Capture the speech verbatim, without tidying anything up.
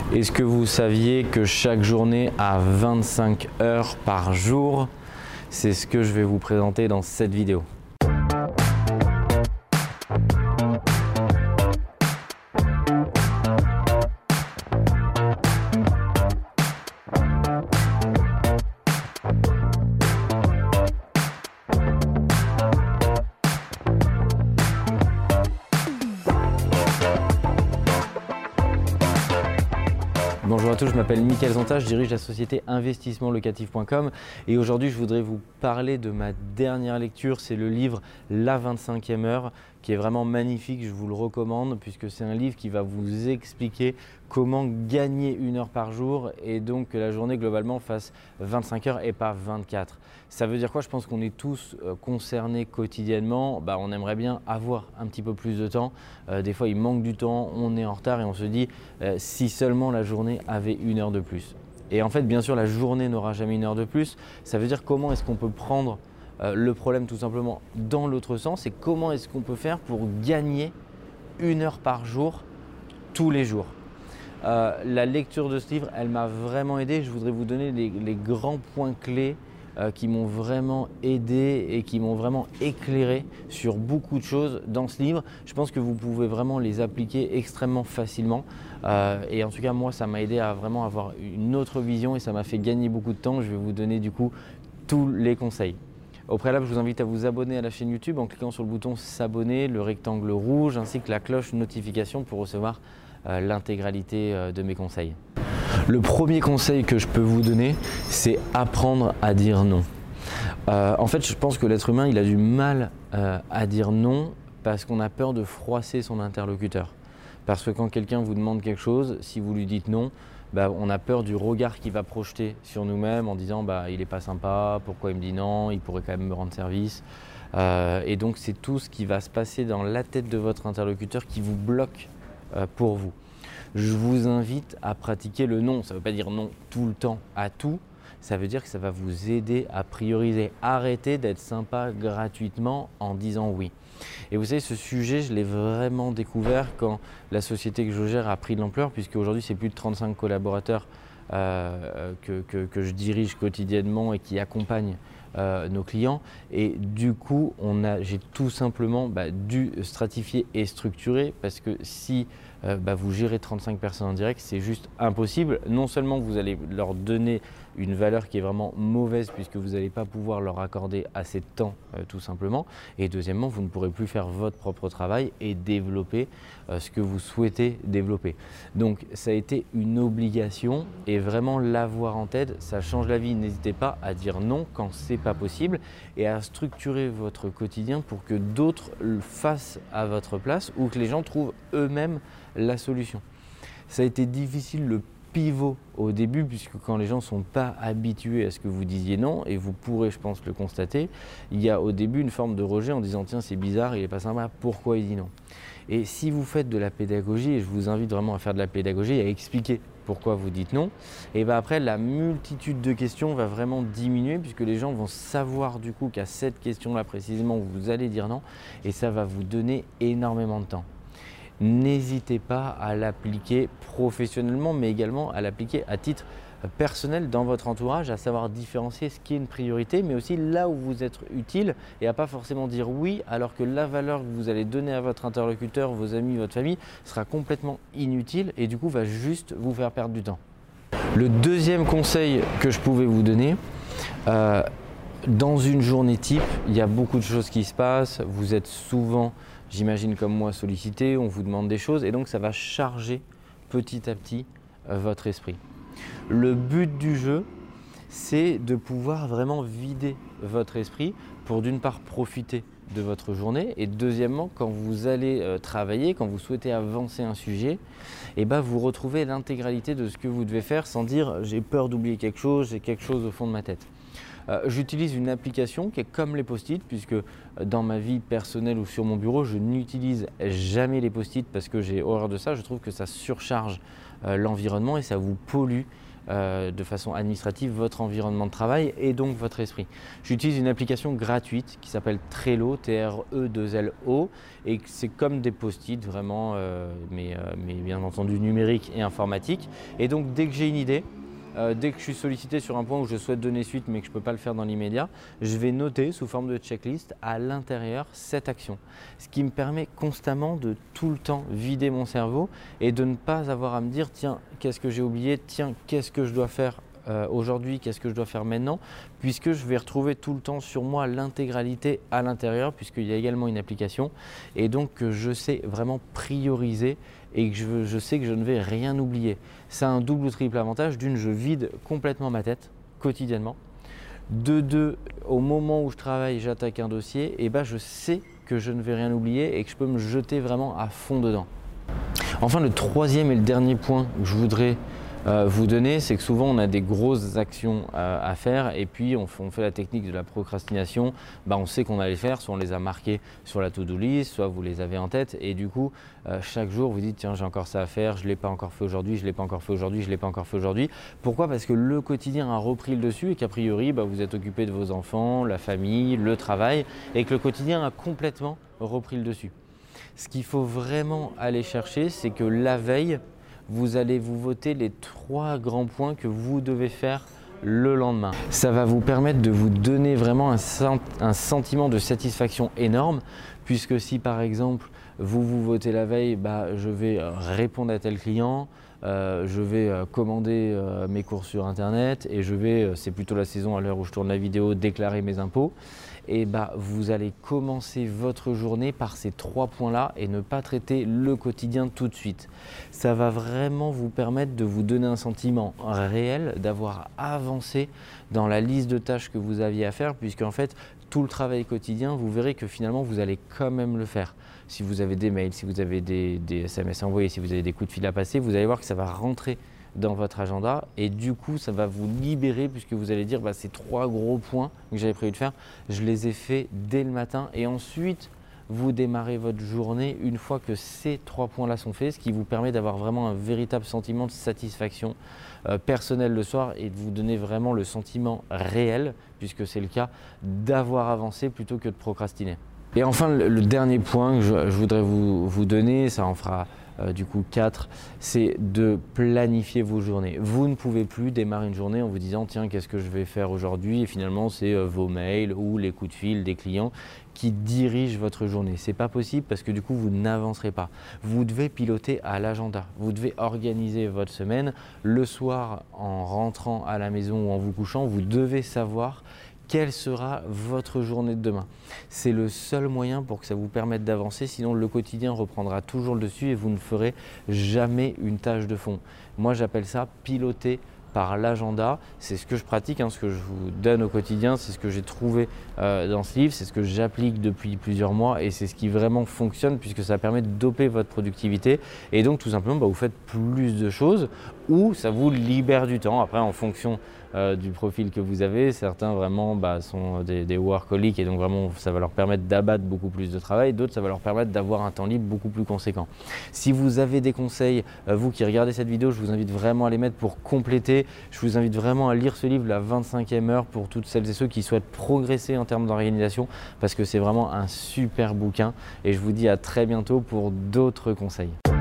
Est-ce que vous saviez que chaque journée a vingt-cinq heures par jour? C'est ce que je vais vous présenter dans cette vidéo. Bonjour à tous, je m'appelle Mickaël Zonta, je dirige la société investissement locatif point com et aujourd'hui je voudrais vous parler de ma dernière lecture, c'est le livre La vingt-cinquième heure qui est vraiment magnifique, je vous le recommande puisque c'est un livre qui va vous expliquer comment gagner une heure par jour et donc que la journée globalement fasse vingt-cinq heures et pas vingt-quatre. Ça veut dire quoi? Je pense qu'on est tous concernés quotidiennement, bah, on aimerait bien avoir un petit peu plus de temps, euh, des fois il manque du temps, on est en retard et on se dit euh, si seulement la journée avait une heure de plus. Et en fait, bien sûr, la journée n'aura jamais une heure de plus. Ça veut dire comment est-ce qu'on peut prendre euh, le problème tout simplement dans l'autre sens et comment est-ce qu'on peut faire pour gagner une heure par jour tous les jours. Euh, la lecture de ce livre, elle m'a vraiment aidé. Je voudrais vous donner les, les grands points clés euh, qui m'ont vraiment aidé et qui m'ont vraiment éclairé sur beaucoup de choses dans ce livre. Je pense que vous pouvez vraiment les appliquer extrêmement facilement. Euh, et en tout cas, moi, ça m'a aidé à vraiment avoir une autre vision et ça m'a fait gagner beaucoup de temps. Je vais vous donner du coup tous les conseils. Au préalable, je vous invite à vous abonner à la chaîne YouTube en cliquant sur le bouton s'abonner, le rectangle rouge ainsi que la cloche notification pour recevoir euh, l'intégralité euh, de mes conseils. Le premier conseil que je peux vous donner, c'est apprendre à dire non. Euh, en fait, je pense que l'être humain, il a du mal euh, à dire non parce qu'on a peur de froisser son interlocuteur. Parce que quand quelqu'un vous demande quelque chose, si vous lui dites non, bah, on a peur du regard qu'il va projeter sur nous-mêmes en disant bah, il n'est pas sympa, pourquoi il me dit non, il pourrait quand même me rendre service. Euh, et donc c'est tout ce qui va se passer dans la tête de votre interlocuteur qui vous bloque euh, pour vous. Je vous invite à pratiquer le non. Ça ne veut pas dire non tout le temps à tout. Ça veut dire que ça va vous aider à prioriser. Arrêtez d'être sympa gratuitement en disant oui. Et vous savez, ce sujet, je l'ai vraiment découvert quand la société que je gère a pris de l'ampleur, puisque aujourd'hui, c'est plus de trente-cinq collaborateurs euh, que, que, que je dirige quotidiennement et qui accompagnent euh, nos clients. Et du coup, on a, j'ai tout simplement bah, dû stratifier et structurer, parce que si euh, bah, vous gérez trente-cinq personnes en direct, c'est juste impossible. Non seulement vous allez leur donner une valeur qui est vraiment mauvaise puisque vous n'allez pas pouvoir leur accorder assez de temps euh, tout simplement, et deuxièmement vous ne pourrez plus faire votre propre travail et développer euh, ce que vous souhaitez développer. Donc ça a été une obligation et vraiment l'avoir en tête, ça change la vie. N'hésitez pas à dire non quand c'est pas possible et à structurer votre quotidien pour que d'autres le fassent à votre place ou que les gens trouvent eux-mêmes la solution. Ça a été difficile le pivot au début puisque quand les gens ne sont pas habitués à ce que vous disiez non, et vous pourrez je pense le constater, il y a au début une forme de rejet en disant tiens c'est bizarre, il n'est pas sympa, pourquoi il dit non? Et si vous faites de la pédagogie, et je vous invite vraiment à faire de la pédagogie et à expliquer pourquoi vous dites non, et bien après la multitude de questions va vraiment diminuer puisque les gens vont savoir du coup qu'à cette question là précisément vous allez dire non et ça va vous donner énormément de temps. N'hésitez pas à l'appliquer professionnellement, mais également à l'appliquer à titre personnel dans votre entourage, à savoir différencier ce qui est une priorité, mais aussi là où vous êtes utile et à pas forcément dire oui, alors que la valeur que vous allez donner à votre interlocuteur, vos amis, votre famille sera complètement inutile et du coup va juste vous faire perdre du temps. Le deuxième conseil que je pouvais vous donner, euh, dans une journée type, il y a beaucoup de choses qui se passent, vous êtes souvent, j'imagine comme moi, sollicité, on vous demande des choses et donc ça va charger petit à petit euh, votre esprit. Le but du jeu, c'est de pouvoir vraiment vider votre esprit pour d'une part profiter de votre journée et deuxièmement quand vous allez euh, travailler, quand vous souhaitez avancer un sujet, et ben, vous retrouvez l'intégralité de ce que vous devez faire sans dire j'ai peur d'oublier quelque chose, j'ai quelque chose au fond de ma tête. Euh, J'utilise une application qui est comme les post-it puisque dans ma vie personnelle ou sur mon bureau, je n'utilise jamais les post-it parce que j'ai horreur de ça. Je trouve que ça surcharge euh, l'environnement et ça vous pollue euh, de façon administrative votre environnement de travail et donc votre esprit. J'utilise une application gratuite qui s'appelle Trello, T R E deux L O, et c'est comme des post-it vraiment, euh, mais, euh, mais bien entendu numériques et informatiques. Et donc dès que j'ai une idée, Euh, dès que je suis sollicité sur un point où je souhaite donner suite mais que je ne peux pas le faire dans l'immédiat, je vais noter sous forme de checklist à l'intérieur cette action. Ce qui me permet constamment de tout le temps vider mon cerveau et de ne pas avoir à me dire tiens, qu'est-ce que j'ai oublié, tiens, qu'est-ce que je dois faire euh, aujourd'hui, qu'est-ce que je dois faire maintenant, puisque je vais retrouver tout le temps sur moi l'intégralité à l'intérieur, puisqu'il y a également une application et donc que je sais vraiment prioriser et que je, je sais que je ne vais rien oublier. Ça a un double ou triple avantage. D'une, je vide complètement ma tête quotidiennement. De deux, au moment où je travaille, j'attaque un dossier, et ben je sais que je ne vais rien oublier et que je peux me jeter vraiment à fond dedans. Enfin, le troisième et le dernier point que je voudrais Euh, vous donner, c'est que souvent on a des grosses actions euh, à faire et puis on, on fait la technique de la procrastination. Bah, on sait qu'on allait les faire, soit on les a marqués sur la to-do list, soit vous les avez en tête et du coup euh, chaque jour vous dites tiens j'ai encore ça à faire, je ne l'ai pas encore fait aujourd'hui, je ne l'ai pas encore fait aujourd'hui, je ne l'ai pas encore fait aujourd'hui. Pourquoi? Parce que le quotidien a repris le dessus et qu'a priori bah, vous êtes occupé de vos enfants, la famille, le travail et que le quotidien a complètement repris le dessus. Ce qu'il faut vraiment aller chercher, c'est que la veille, vous allez vous voter les trois grands points que vous devez faire le lendemain. Ça va vous permettre de vous donner vraiment un, sent un sentiment de satisfaction énorme, puisque si par exemple vous vous votez la veille, bah, je vais répondre à tel client, euh, je vais euh, commander euh, mes courses sur internet et je vais, euh, c'est plutôt la saison à l'heure où je tourne la vidéo, déclarer mes impôts. Et bah, vous allez commencer votre journée par ces trois points-là et ne pas traiter le quotidien tout de suite. Ça va vraiment vous permettre de vous donner un sentiment réel, d'avoir avancé dans la liste de tâches que vous aviez à faire, puisque en fait, tout le travail quotidien, vous verrez que finalement, vous allez quand même le faire. Si vous avez des mails, si vous avez des, des S M S envoyés, si vous avez des coups de fil à passer, vous allez voir que ça va rentrer dans votre agenda et du coup ça va vous libérer puisque vous allez dire bah, ces trois gros points que j'avais prévu de faire, je les ai faits dès le matin et ensuite vous démarrez votre journée une fois que ces trois points là sont faits, ce qui vous permet d'avoir vraiment un véritable sentiment de satisfaction euh, personnelle le soir et de vous donner vraiment le sentiment réel, puisque c'est le cas, d'avoir avancé plutôt que de procrastiner. Et enfin le, le dernier point que je, je voudrais vous, vous donner, ça en fera Euh, du coup quatre, c'est de planifier vos journées. Vous ne pouvez plus démarrer une journée en vous disant tiens qu'est-ce que je vais faire aujourd'hui et finalement c'est euh, vos mails ou les coups de fil des clients qui dirigent votre journée. C'est pas possible parce que du coup vous n'avancerez pas. Vous devez piloter à l'agenda, vous devez organiser votre semaine. Le soir en rentrant à la maison ou en vous couchant, vous devez savoir quelle sera votre journée de demain. C'est le seul moyen pour que ça vous permette d'avancer, sinon le quotidien reprendra toujours le dessus et vous ne ferez jamais une tâche de fond. Moi j'appelle ça piloter par l'agenda. C'est ce que je pratique, hein, ce que je vous donne au quotidien, c'est ce que j'ai trouvé euh, dans ce livre, c'est ce que j'applique depuis plusieurs mois et c'est ce qui vraiment fonctionne puisque ça permet de doper votre productivité et donc tout simplement bah, vous faites plus de choses ou ça vous libère du temps. Après en fonction euh, du profil que vous avez, certains vraiment bah, sont des, des workaholics et donc vraiment ça va leur permettre d'abattre beaucoup plus de travail, d'autres ça va leur permettre d'avoir un temps libre beaucoup plus conséquent. Si vous avez des conseils, euh, vous qui regardez cette vidéo, je vous invite vraiment à les mettre pour compléter. Je vous invite vraiment à lire ce livre, La vingt-cinquième heure, pour toutes celles et ceux qui souhaitent progresser en termes d'organisation parce que c'est vraiment un super bouquin et je vous dis à très bientôt pour d'autres conseils.